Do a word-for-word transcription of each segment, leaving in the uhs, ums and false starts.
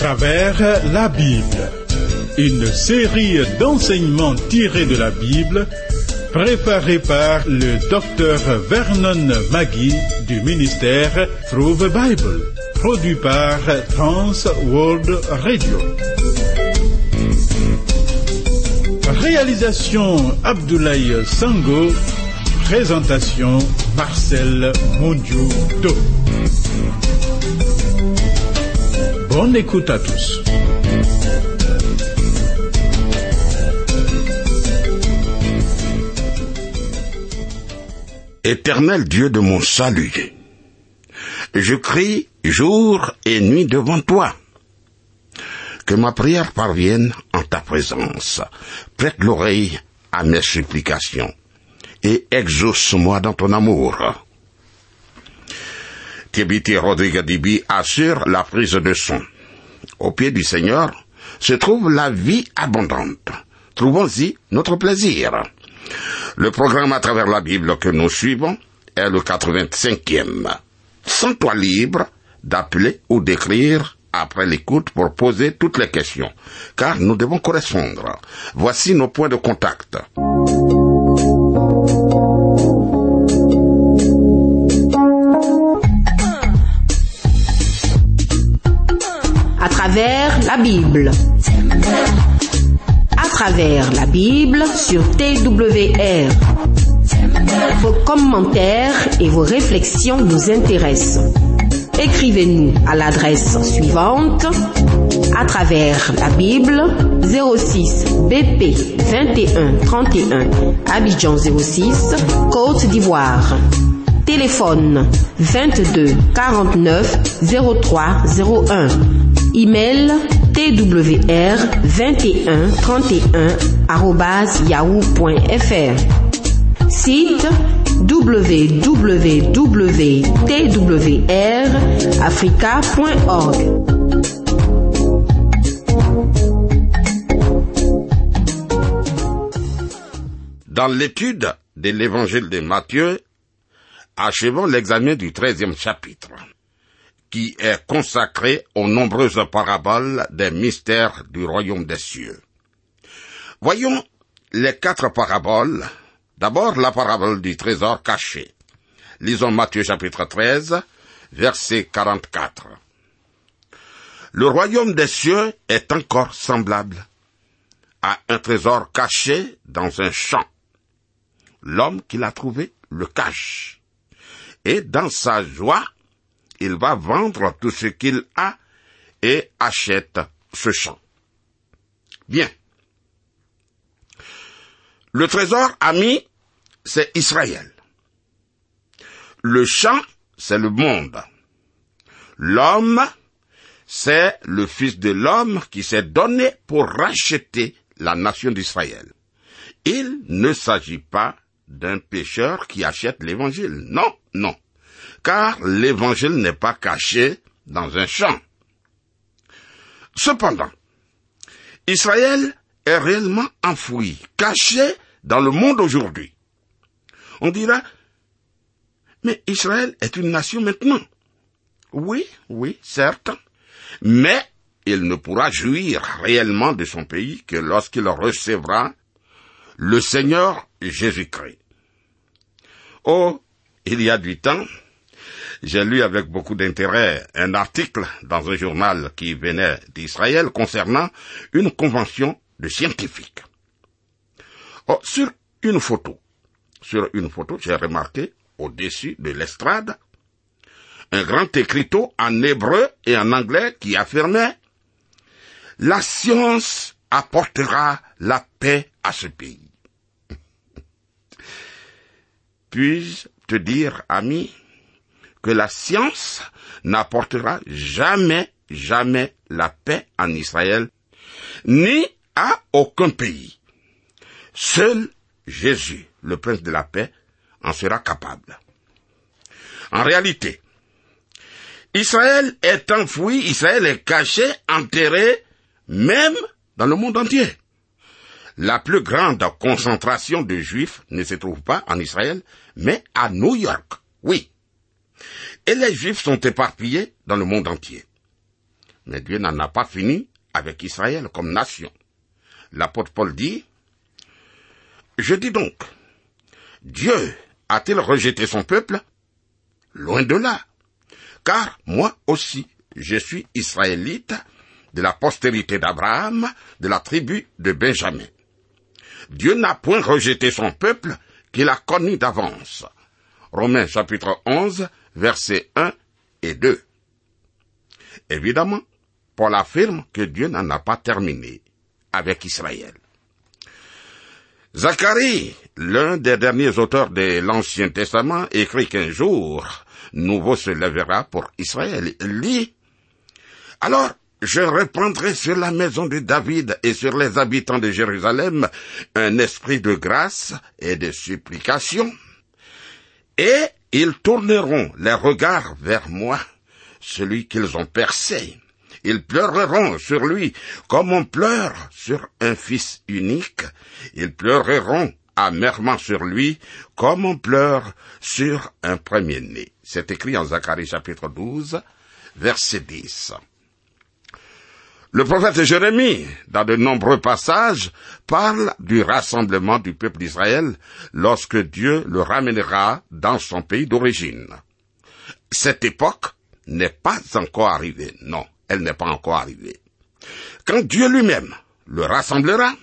travers la Bible, une série d'enseignements tirés de la Bible, préparée par le docteur Vernon Magui du ministère Through the Bible, produit par Trans World Radio. Réalisation Abdoulaye Sango, présentation Marcel Mondiou-Do. Bonne écoute à tous. Éternel Dieu de mon salut, je crie jour et nuit devant toi. Que ma prière parvienne en ta présence. Prête l'oreille à mes supplications et exauce-moi dans ton amour. Thébiti Rodrigue Dibi assure la prise de son. Au pied du Seigneur se trouve la vie abondante. Trouvons-y notre plaisir. Le programme à travers la Bible que nous suivons est le quatre-vingt-cinquième. Sens-toi libre d'appeler ou d'écrire après l'écoute pour poser toutes les questions, car nous devons correspondre. Voici nos points de contact. À travers la Bible. À travers la Bible sur T W R. Vos commentaires et vos réflexions nous intéressent. Écrivez-nous à l'adresse suivante: à travers la Bible, zéro six B P vingt et un trente et un, Abidjan zéro six, Côte d'Ivoire. Téléphone vingt-deux quarante-neuf zéro trois zéro un. Email T W R vingt et un trente et un arobase yahoo point f r. Site w w w point t w r africa point org. Dans l'étude de l'évangile de Matthieu, achevons l'examen du treizième chapitre, qui est consacré aux nombreuses paraboles des mystères du royaume des cieux. Voyons les quatre paraboles. D'abord, la parabole du trésor caché. Lisons Matthieu chapitre treize, verset quarante-quatre. Le royaume des cieux est encore semblable à un trésor caché dans un champ. L'homme qui l'a trouvé le cache. Et dans sa joie, il va vendre tout ce qu'il a et achète ce champ. Bien. Le trésor, ami, c'est Israël. Le champ, c'est le monde. L'homme, c'est le Fils de l'homme qui s'est donné pour racheter la nation d'Israël. Il ne s'agit pas d'un pécheur qui achète l'évangile. Non, non. Car l'évangile n'est pas caché dans un champ. Cependant, Israël est réellement enfoui, caché dans le monde aujourd'hui. On dira, mais Israël est une nation maintenant. Oui, oui, certes, mais il ne pourra jouir réellement de son pays que lorsqu'il recevra le Seigneur Jésus-Christ. Oh, il y a du temps, j'ai lu avec beaucoup d'intérêt un article dans un journal qui venait d'Israël concernant une convention de scientifiques. Oh, sur une photo, sur une photo, j'ai remarqué au-dessus de l'estrade un grand écriteau en hébreu et en anglais qui affirmait « La science apportera la paix à ce pays. » Puis-je te dire, ami, que la science n'apportera jamais, jamais la paix en Israël, ni à aucun pays. Seul Jésus, le prince de la paix, en sera capable. En réalité, Israël est enfoui, Israël est caché, enterré, même dans le monde entier. La plus grande concentration de Juifs ne se trouve pas en Israël, mais à New York, oui. Et les Juifs sont éparpillés dans le monde entier. Mais Dieu n'en a pas fini avec Israël comme nation. L'apôtre Paul dit, « Je dis donc, Dieu a-t-il rejeté son peuple? Loin de là. Car moi aussi, je suis israélite, de la postérité d'Abraham, de la tribu de Benjamin. Dieu n'a point rejeté son peuple qu'il a connu d'avance. » Romains chapitre onze, versets un et deux. Évidemment, Paul affirme que Dieu n'en a pas terminé avec Israël. Zacharie, l'un des derniers auteurs de l'Ancien Testament, écrit qu'un jour nouveau se lèvera pour Israël. Il dit, « Alors, je répandrai sur la maison de David et sur les habitants de Jérusalem un esprit de grâce et de supplication, et ils tourneront les regards vers moi, celui qu'ils ont percé. Ils pleureront sur lui comme on pleure sur un fils unique. Ils pleureront amèrement sur lui comme on pleure sur un premier-né. » C'est écrit en Zacharie chapitre douze, verset dix. Le prophète Jérémie, dans de nombreux passages, parle du rassemblement du peuple d'Israël lorsque Dieu le ramènera dans son pays d'origine. Cette époque n'est pas encore arrivée. Non, elle n'est pas encore arrivée. Quand Dieu lui-même le rassemblera,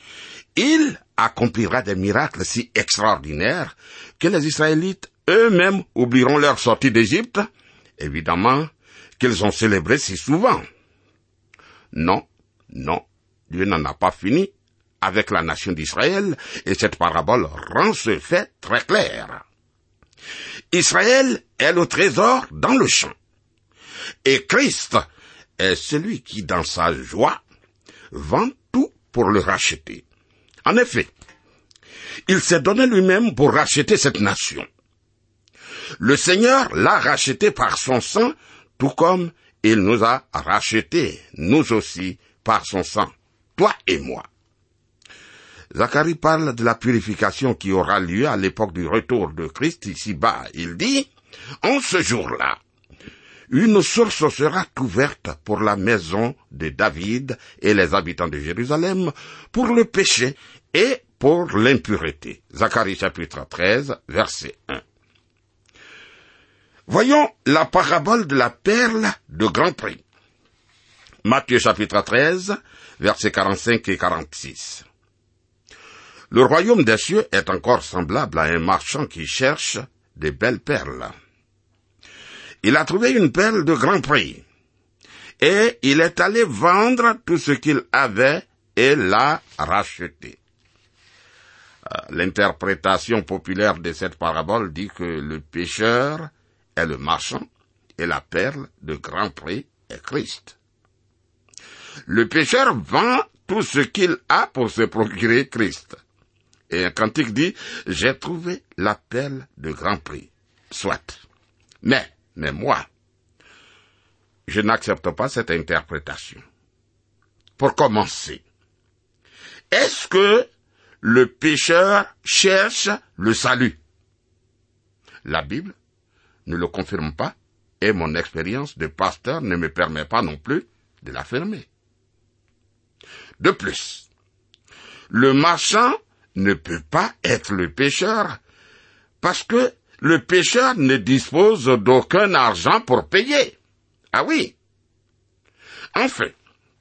il accomplira des miracles si extraordinaires que les Israélites eux-mêmes oublieront leur sortie d'Égypte, évidemment, qu'ils ont célébré si souvent. Non, non, Dieu n'en a pas fini avec la nation d'Israël, et cette parabole rend ce fait très clair. Israël est le trésor dans le champ, et Christ est celui qui, dans sa joie, vend tout pour le racheter. En effet, il s'est donné lui-même pour racheter cette nation. Le Seigneur l'a racheté par son sang, tout comme il nous a rachetés, nous aussi, par son sang, toi et moi. Zacharie parle de la purification qui aura lieu à l'époque du retour de Christ ici-bas. Il dit, « En ce jour-là, une source sera ouverte pour la maison de David et les habitants de Jérusalem, pour le péché et pour l'impureté. » Zacharie chapitre treize, verset un. Voyons la parabole de la perle de grand prix. Matthieu chapitre treize, versets quarante-cinq et quarante-six. Le royaume des cieux est encore semblable à un marchand qui cherche des belles perles. Il a trouvé une perle de grand prix, et il est allé vendre tout ce qu'il avait et l'a rachetée. L'interprétation populaire de cette parabole dit que le pécheur est le marchand et la perle de grand prix est Christ. Le pécheur vend tout ce qu'il a pour se procurer Christ. Et un cantique dit, « J'ai trouvé la perle de grand prix. » Soit. Mais, mais moi, je n'accepte pas cette interprétation. Pour commencer, est-ce que le pécheur cherche le salut? La Bible ne le confirme pas, et mon expérience de pasteur ne me permet pas non plus de l'affirmer. De plus, le marchand ne peut pas être le pécheur, parce que le pécheur ne dispose d'aucun argent pour payer. Ah oui. Enfin,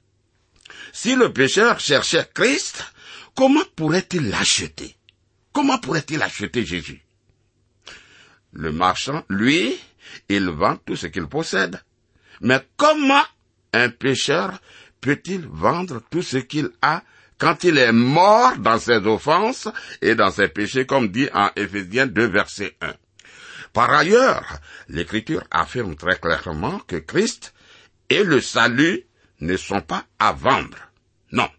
si le pécheur cherchait Christ, comment pourrait-il l'acheter? Comment pourrait-il acheter Jésus? Le marchand, lui, il vend tout ce qu'il possède. Mais comment un pécheur peut-il vendre tout ce qu'il a quand il est mort dans ses offenses et dans ses péchés, comme dit en Éphésiens deux, verset un? Par ailleurs, l'Écriture affirme très clairement que Christ et le salut ne sont pas à vendre. Non.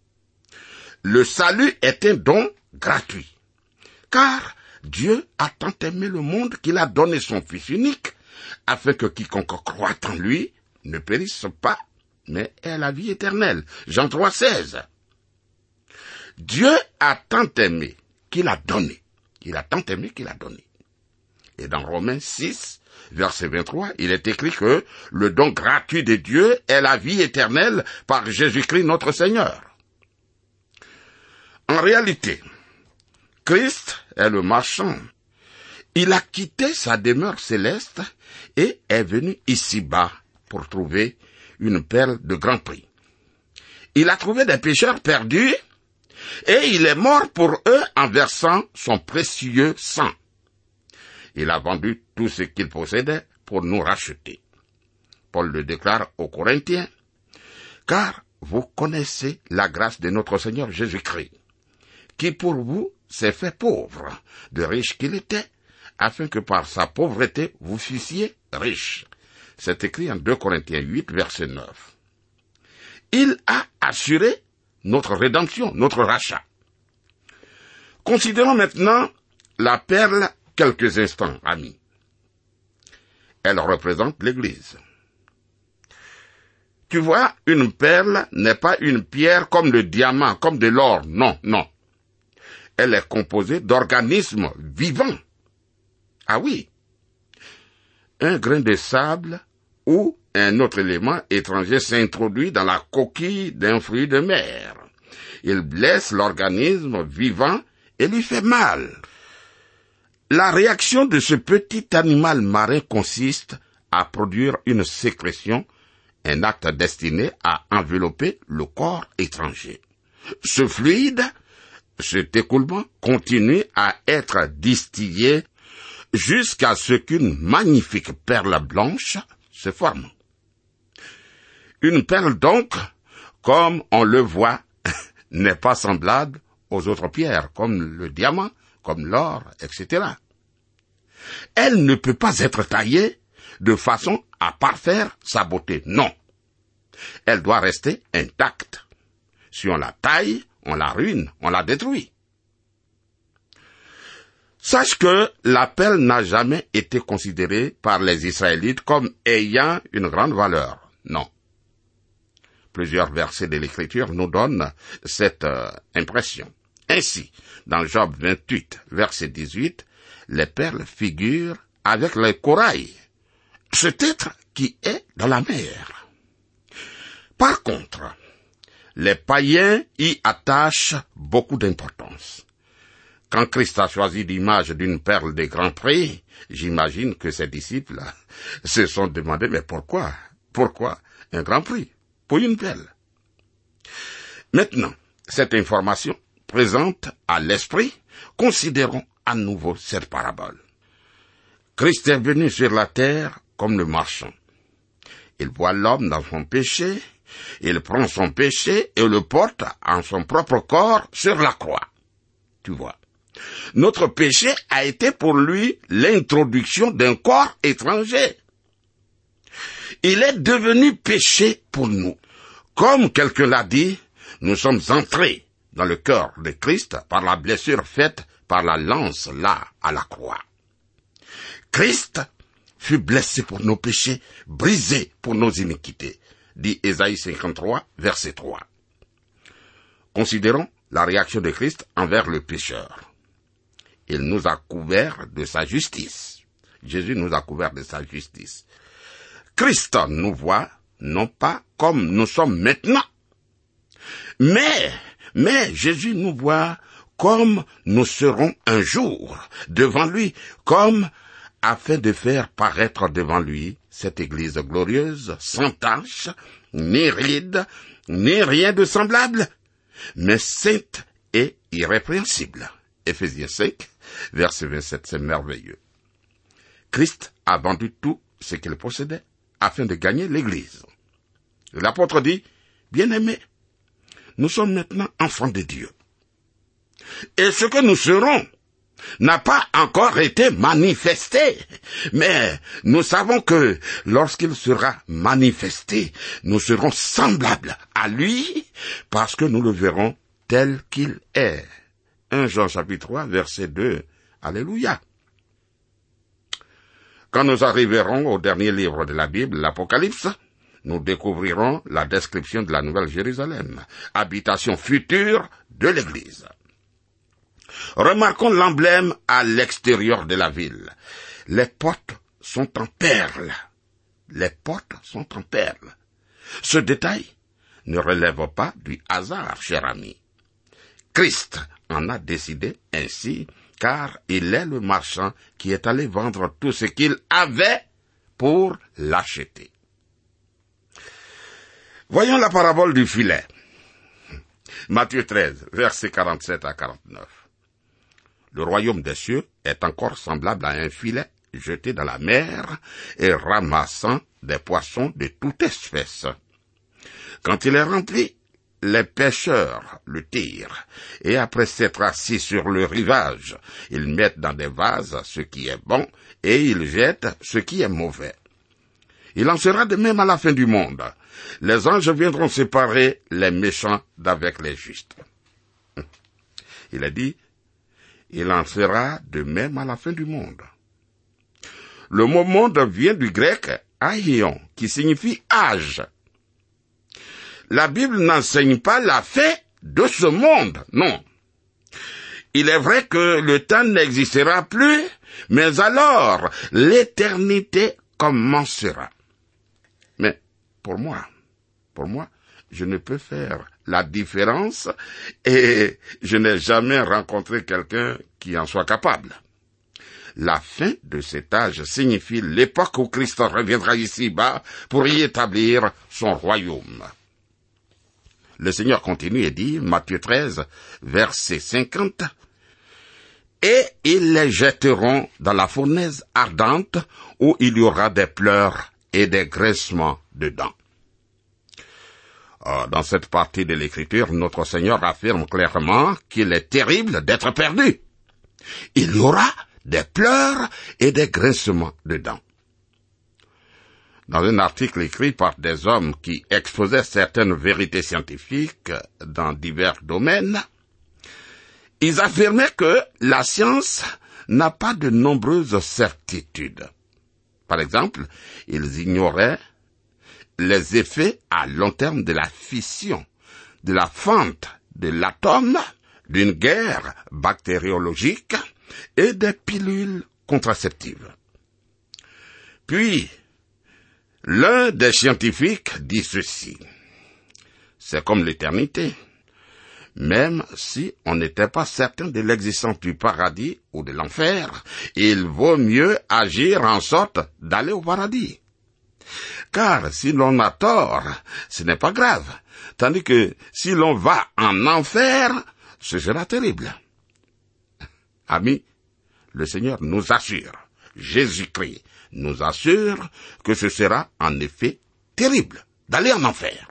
Le salut est un don gratuit. Car Dieu a tant aimé le monde qu'il a donné son Fils unique, afin que quiconque croit en lui ne périsse pas, mais ait la vie éternelle. Jean trois, seize. Dieu a tant aimé qu'il a donné. Il a tant aimé qu'il a donné. Et dans Romains six, verset vingt-trois, il est écrit que le don gratuit de Dieu est la vie éternelle par Jésus-Christ notre Seigneur. En réalité, Christ est le marchand. Il a quitté sa demeure céleste et est venu ici-bas pour trouver une perle de grand prix. Il a trouvé des pécheurs perdus et il est mort pour eux en versant son précieux sang. Il a vendu tout ce qu'il possédait pour nous racheter. Paul le déclare aux Corinthiens, « Car vous connaissez la grâce de notre Seigneur Jésus-Christ, qui pour vous s'est fait pauvre, de riche qu'il était, afin que par sa pauvreté vous fussiez riches. » C'est écrit en deux Corinthiens huit, verset neuf. Il a assuré notre rédemption, notre rachat. Considérons maintenant la perle quelques instants, amis. Elle représente l'Église. Tu vois, une perle n'est pas une pierre comme le diamant, comme de l'or, non, non. Elle est composée d'organismes vivants. Ah oui. Un grain de sable ou un autre élément étranger s'introduit dans la coquille d'un fruit de mer. Il blesse l'organisme vivant et lui fait mal. La réaction de ce petit animal marin consiste à produire une sécrétion, un acte destiné à envelopper le corps étranger. Ce fluide, cet écoulement, continue à être distillé jusqu'à ce qu'une magnifique perle blanche se forme. Une perle donc, comme on le voit, n'est pas semblable aux autres pierres, comme le diamant, comme l'or, et cetera. Elle ne peut pas être taillée de façon à parfaire sa beauté, non. Elle doit rester intacte. Si on la taille, on la ruine, on la détruit. Sache que la perle n'a jamais été considérée par les Israélites comme ayant une grande valeur, non. Plusieurs versets de l'Écriture nous donnent cette euh, impression. Ainsi, dans Job vingt-huit, verset dix-huit, les perles figurent avec les corail, cet être qui est dans la mer. Par contre, les païens y attachent beaucoup d'importance. Quand Christ a choisi l'image d'une perle de grand prix, j'imagine que ses disciples se sont demandé, mais pourquoi? Pourquoi un grand prix pour une perle? Maintenant, cette information présente à l'esprit, considérons à nouveau cette parabole. Christ est venu sur la terre comme le marchand. Il voit l'homme dans son péché, il prend son péché et le porte en son propre corps sur la croix. Tu vois, notre péché a été pour lui l'introduction d'un corps étranger. Il est devenu péché pour nous. Comme quelqu'un l'a dit, nous sommes entrés dans le cœur de Christ par la blessure faite par la lance là à la croix. Christ fut blessé pour nos péchés, brisé pour nos iniquités, dit Ésaïe cinquante-trois, verset trois. Considérons la réaction de Christ envers le pécheur. Il nous a couverts de sa justice. Jésus nous a couverts de sa justice. Christ nous voit non pas comme nous sommes maintenant, mais, mais Jésus nous voit comme nous serons un jour devant lui, comme afin de faire paraître devant lui cette Église glorieuse, sans tache, ni ride, ni rien de semblable, mais sainte et irrépréhensible. Éphésiens cinq, verset vingt-sept, c'est merveilleux. Christ a vendu tout ce qu'il possédait afin de gagner l'Église. L'apôtre dit, bien-aimés, nous sommes maintenant enfants de Dieu. Et ce que nous serons n'a pas encore été manifesté, mais nous savons que lorsqu'il sera manifesté, nous serons semblables à lui, parce que nous le verrons tel qu'il est. premier Jean chapitre trois, verset deux. Alléluia. Quand nous arriverons au dernier livre de la Bible, l'Apocalypse, nous découvrirons la description de la Nouvelle Jérusalem, habitation future de l'Église. Remarquons l'emblème à l'extérieur de la ville. Les portes sont en perles. Les portes sont en perles. Ce détail ne relève pas du hasard, cher ami. Christ en a décidé ainsi, car il est le marchand qui est allé vendre tout ce qu'il avait pour l'acheter. Voyons la parabole du filet. Matthieu treize, versets quarante-sept à quarante-neuf. Le royaume des cieux est encore semblable à un filet jeté dans la mer et ramassant des poissons de toute espèce. Quand il est rempli, les pêcheurs le tirent, et après s'être assis sur le rivage, ils mettent dans des vases ce qui est bon, et ils jettent ce qui est mauvais. Il en sera de même à la fin du monde. Les anges viendront séparer les méchants d'avec les justes. Il a dit, il en sera de même à la fin du monde. Le mot monde vient du grec aion, qui signifie âge. La Bible n'enseigne pas la fin de ce monde, non. Il est vrai que le temps n'existera plus, mais alors l'éternité commencera. Mais pour moi, pour moi, je ne peux faire la différence et je n'ai jamais rencontré quelqu'un qui en soit capable. La fin de cet âge signifie l'époque où Christ reviendra ici-bas pour y établir son royaume. Le Seigneur continue et dit, Matthieu treize, verset cinquante, « Et ils les jetteront dans la fournaise ardente où il y aura des pleurs et des graissements de dents. » Dans cette partie de l'Écriture, notre Seigneur affirme clairement qu'il est terrible d'être perdu. Il y aura des pleurs et des graissements de dents. Dans un article écrit par des hommes qui exposaient certaines vérités scientifiques dans divers domaines, ils affirmaient que la science n'a pas de nombreuses certitudes. Par exemple, ils ignoraient les effets à long terme de la fission, de la fente de l'atome, d'une guerre bactériologique et des pilules contraceptives. Puis, l'un des scientifiques dit ceci, « C'est comme l'éternité. Même si on n'était pas certain de l'existence du paradis ou de l'enfer, il vaut mieux agir en sorte d'aller au paradis. Car si l'on a tort, ce n'est pas grave, tandis que si l'on va en enfer, ce sera terrible. » Amis, le Seigneur nous assure, Jésus-Christ nous assure que ce sera en effet terrible d'aller en enfer.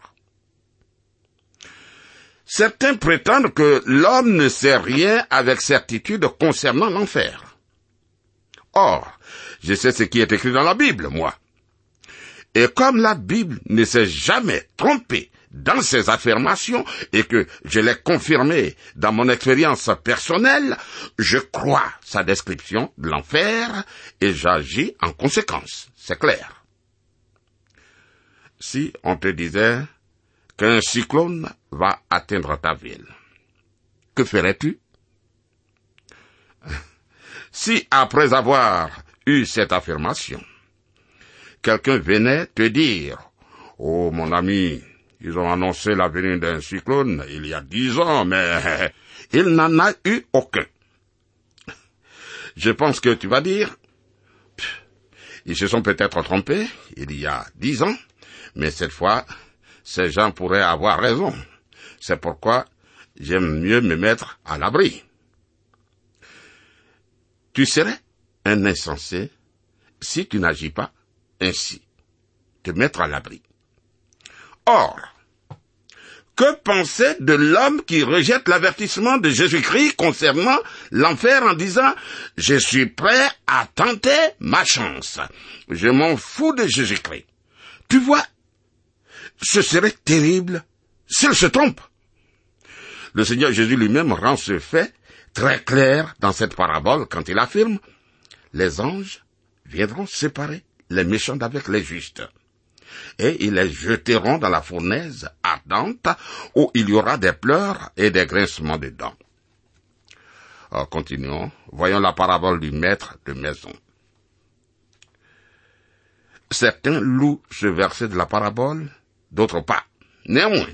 Certains prétendent que l'homme ne sait rien avec certitude concernant l'enfer. Or, je sais ce qui est écrit dans la Bible, moi. Et comme la Bible ne s'est jamais trompée dans ses affirmations et que je l'ai confirmé dans mon expérience personnelle, je crois sa description de l'enfer et j'agis en conséquence. C'est clair. Si on te disait qu'un cyclone va atteindre ta ville, que ferais-tu? Si après avoir eu cette affirmation, quelqu'un venait te dire, « Oh mon ami, ils ont annoncé la venue d'un cyclone il y a dix ans, mais il n'en a eu aucun. » Je pense que tu vas dire, « Ils se sont peut-être trompés il y a dix ans, mais cette fois, ces gens pourraient avoir raison. C'est pourquoi j'aime mieux me mettre à l'abri. » Tu serais un insensé si tu n'agis pas ainsi, te mettre à l'abri. Or, que penser de l'homme qui rejette l'avertissement de Jésus-Christ concernant l'enfer en disant « Je suis prêt à tenter ma chance. Je m'en fous de Jésus-Christ. » Tu vois, ce serait terrible s'il se trompe. Le Seigneur Jésus lui-même rend ce fait très clair dans cette parabole quand il affirme « Les anges viendront séparer les méchants d'avec les justes. Et ils les jeteront dans la fournaise ardente où il y aura des pleurs et des grincements de dents. » Alors, continuons. Voyons la parabole du maître de maison. Certains louent ce verset de la parabole, d'autres pas. Néanmoins,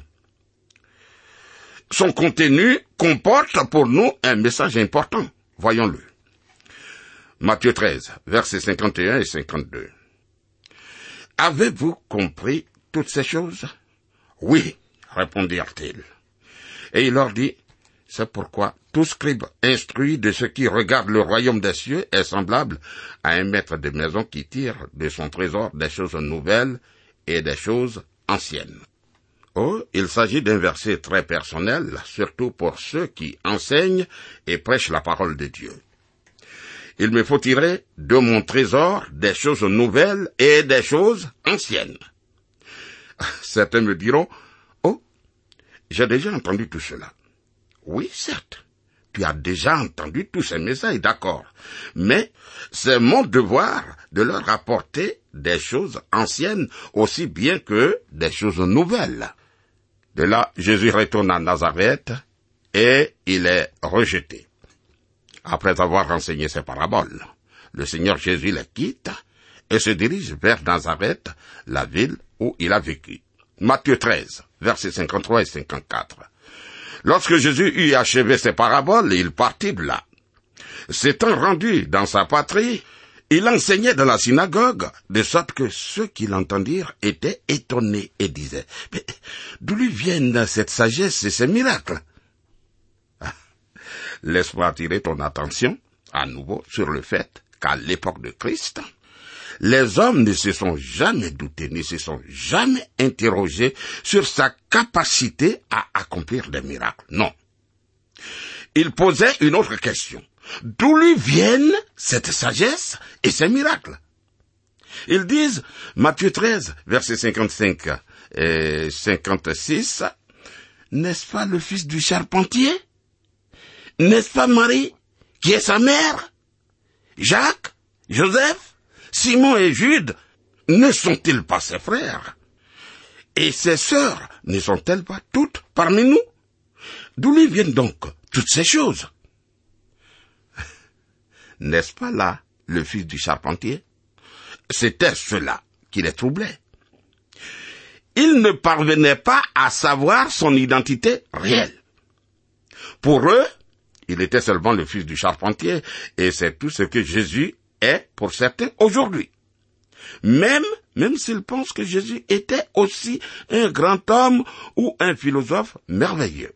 son contenu comporte pour nous un message important. Voyons-le. Matthieu treize, versets cinquante et un et cinquante-deux. Avez-vous compris toutes ces choses? Oui, répondirent-ils. Et il leur dit, c'est pourquoi tout scribe instruit de ce qui regarde le royaume des cieux est semblable à un maître de maison qui tire de son trésor des choses nouvelles et des choses anciennes. Oh, il s'agit d'un verset très personnel, surtout pour ceux qui enseignent et prêchent la parole de Dieu. Il me faut tirer de mon trésor des choses nouvelles et des choses anciennes. Certains me diront, oh, j'ai déjà entendu tout cela. Oui, certes, tu as déjà entendu tous ces messages, d'accord. Mais c'est mon devoir de leur apporter des choses anciennes aussi bien que des choses nouvelles. De là, Jésus retourne à Nazareth et il est rejeté. Après avoir enseigné ses paraboles, le Seigneur Jésus les quitte et se dirige vers Nazareth, la ville où il a vécu. Matthieu treize, versets cinquante-trois et cinquante-quatre. Lorsque Jésus eut achevé ses paraboles, il partit de là. S'étant rendu dans sa patrie, il enseignait dans la synagogue, de sorte que ceux qui l'entendirent étaient étonnés et disaient, « Mais d'où lui viennent cette sagesse et ces miracles ?» Laisse-moi attirer ton attention, à nouveau, sur le fait qu'à l'époque de Christ, les hommes ne se sont jamais doutés, ne se sont jamais interrogés sur sa capacité à accomplir des miracles. Non. Ils posaient une autre question. D'où lui viennent cette sagesse et ces miracles? Ils disent, Matthieu treize, versets cinquante-cinq et cinquante-six, n'est-ce pas le fils du charpentier? N'est-ce pas Marie, qui est sa mère? Jacques, Joseph, Simon et Jude, ne sont-ils pas ses frères? Et ses sœurs, ne sont-elles pas toutes parmi nous? D'où lui viennent donc toutes ces choses? N'est-ce pas là le fils du charpentier? C'était cela qui les troublait. Ils ne parvenaient pas à savoir son identité réelle. Pour eux, il était seulement le fils du charpentier, et c'est tout ce que Jésus est pour certains aujourd'hui. Même, même s'ils pensent que Jésus était aussi un grand homme ou un philosophe merveilleux.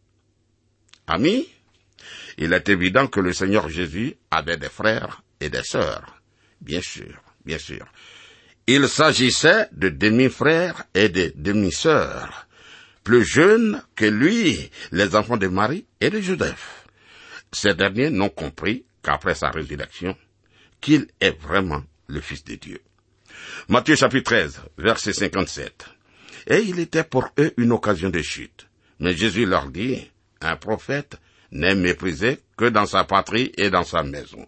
Amis, il est évident que le Seigneur Jésus avait des frères et des sœurs. Bien sûr, bien sûr. Il s'agissait de demi-frères et de demi-sœurs, plus jeunes que lui, les enfants de Marie et de Joseph. Ces derniers n'ont compris qu'après sa résurrection, qu'il est vraiment le Fils de Dieu. Matthieu chapitre treize, verset cinquante-sept. Et il était pour eux une occasion de chute. Mais Jésus leur dit, un prophète n'est méprisé que dans sa patrie et dans sa maison.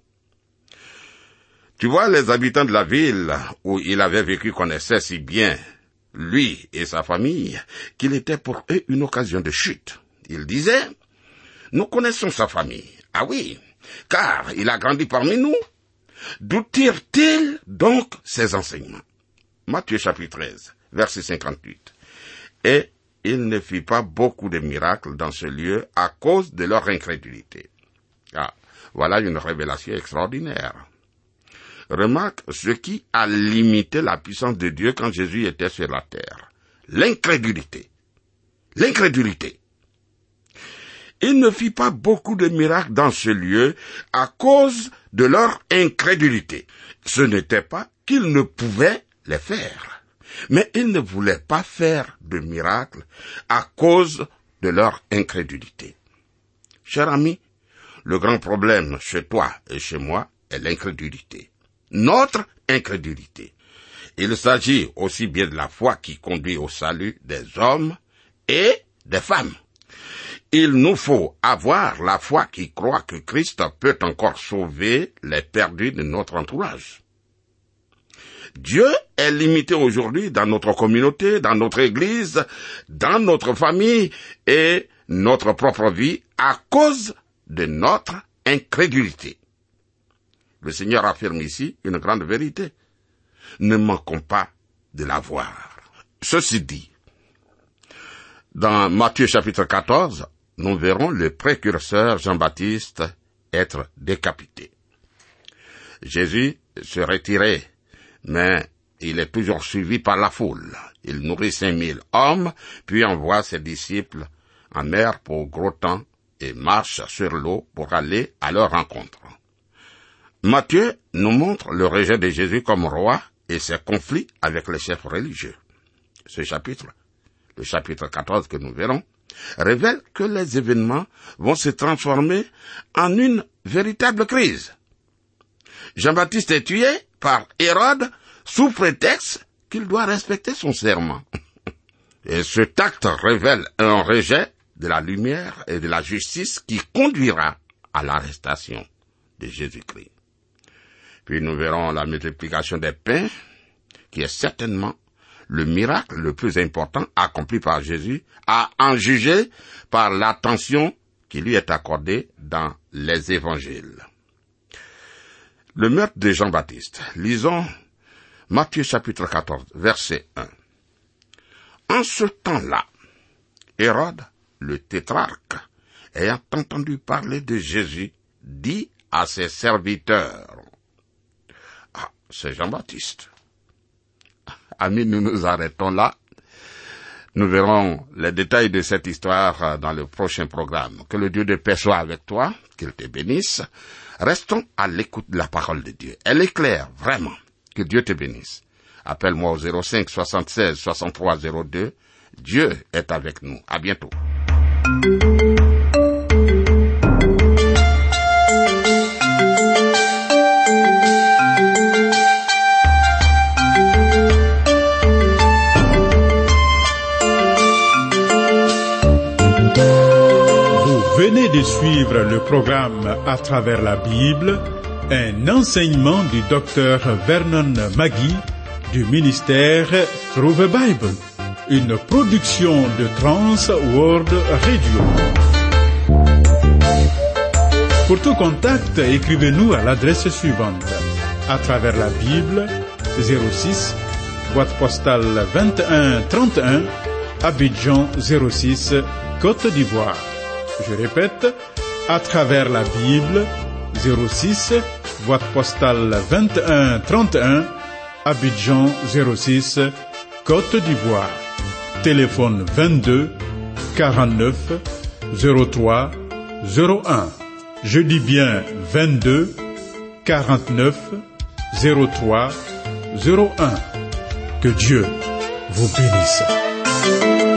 Tu vois, les habitants de la ville où il avait vécu connaissaient si bien, lui et sa famille, qu'il était pour eux une occasion de chute. Ils disaient, nous connaissons sa famille. Ah oui, car il a grandi parmi nous. D'où tire-t-il donc ses enseignements? Matthieu chapitre treize, verset cinquante-huit. Et il ne fit pas beaucoup de miracles dans ce lieu à cause de leur incrédulité. Ah, voilà une révélation extraordinaire. Remarque ce qui a limité la puissance de Dieu quand Jésus était sur la terre. L'incrédulité. L'incrédulité. Il ne fit pas beaucoup de miracles dans ce lieu à cause de leur incrédulité. Ce n'était pas qu'ils ne pouvaient les faire, mais ils ne voulaient pas faire de miracles à cause de leur incrédulité. Cher ami, le grand problème chez toi et chez moi est l'incrédulité. Notre incrédulité. Il s'agit aussi bien de la foi qui conduit au salut des hommes et des femmes. Il nous faut avoir la foi qui croit que Christ peut encore sauver les perdus de notre entourage. Dieu est limité aujourd'hui dans notre communauté, dans notre église, dans notre famille et notre propre vie à cause de notre incrédulité. Le Seigneur affirme ici une grande vérité. ne manquons pas de la voir. Ceci dit, dans Matthieu chapitre quatorze, nous verrons le précurseur Jean-Baptiste être décapité. Jésus se retirait, mais il est toujours suivi par la foule. Il nourrit cinq mille hommes, puis envoie ses disciples en mer pour gros temps et marche sur l'eau pour aller à leur rencontre. Matthieu nous montre le rejet de Jésus comme roi et ses conflits avec les chefs religieux. Ce chapitre, le chapitre quatorze que nous verrons, révèle que les événements vont se transformer en une véritable crise. Jean-Baptiste est tué par Hérode sous prétexte qu'il doit respecter son serment. Et cet acte révèle un rejet de la lumière et de la justice qui conduira à l'arrestation de Jésus-Christ. Puis nous verrons la multiplication des pains, qui est certainement le miracle le plus important accompli par Jésus, à en juger par l'attention qui lui est accordée dans les évangiles. Le meurtre de Jean-Baptiste. Lisons Matthieu chapitre quatorze, verset un. En ce temps-là, Hérode, le tétrarque, ayant entendu parler de Jésus, dit à ses serviteurs, « Ah, c'est Jean-Baptiste. » Amis, nous nous arrêtons là. Nous verrons les détails de cette histoire dans le prochain programme. Que le Dieu de paix soit avec toi, qu'il te bénisse. Restons à l'écoute de la parole de Dieu. Elle est claire, vraiment. Que Dieu te bénisse. Appelle-moi au zéro cinq soixante-seize soixante-trois zéro deux. Dieu est avec nous. À bientôt. Venez de suivre le programme À travers la Bible, un enseignement du docteur Vernon Magui du ministère Through the Bible, une production de Trans World Radio. Pour tout contact, écrivez-nous à l'adresse suivante: À travers la Bible, zéro six, boîte postale vingt et un trente et un, Abidjan zéro six, Côte d'Ivoire. Je répète, À travers la Bible, zéro six, boîte postale vingt et un trente et un, Abidjan zéro six, Côte d'Ivoire. Téléphone vingt-deux quarante-neuf zéro trois zéro un. Je dis bien vingt-deux quarante-neuf zéro trois zéro un. Que Dieu vous bénisse.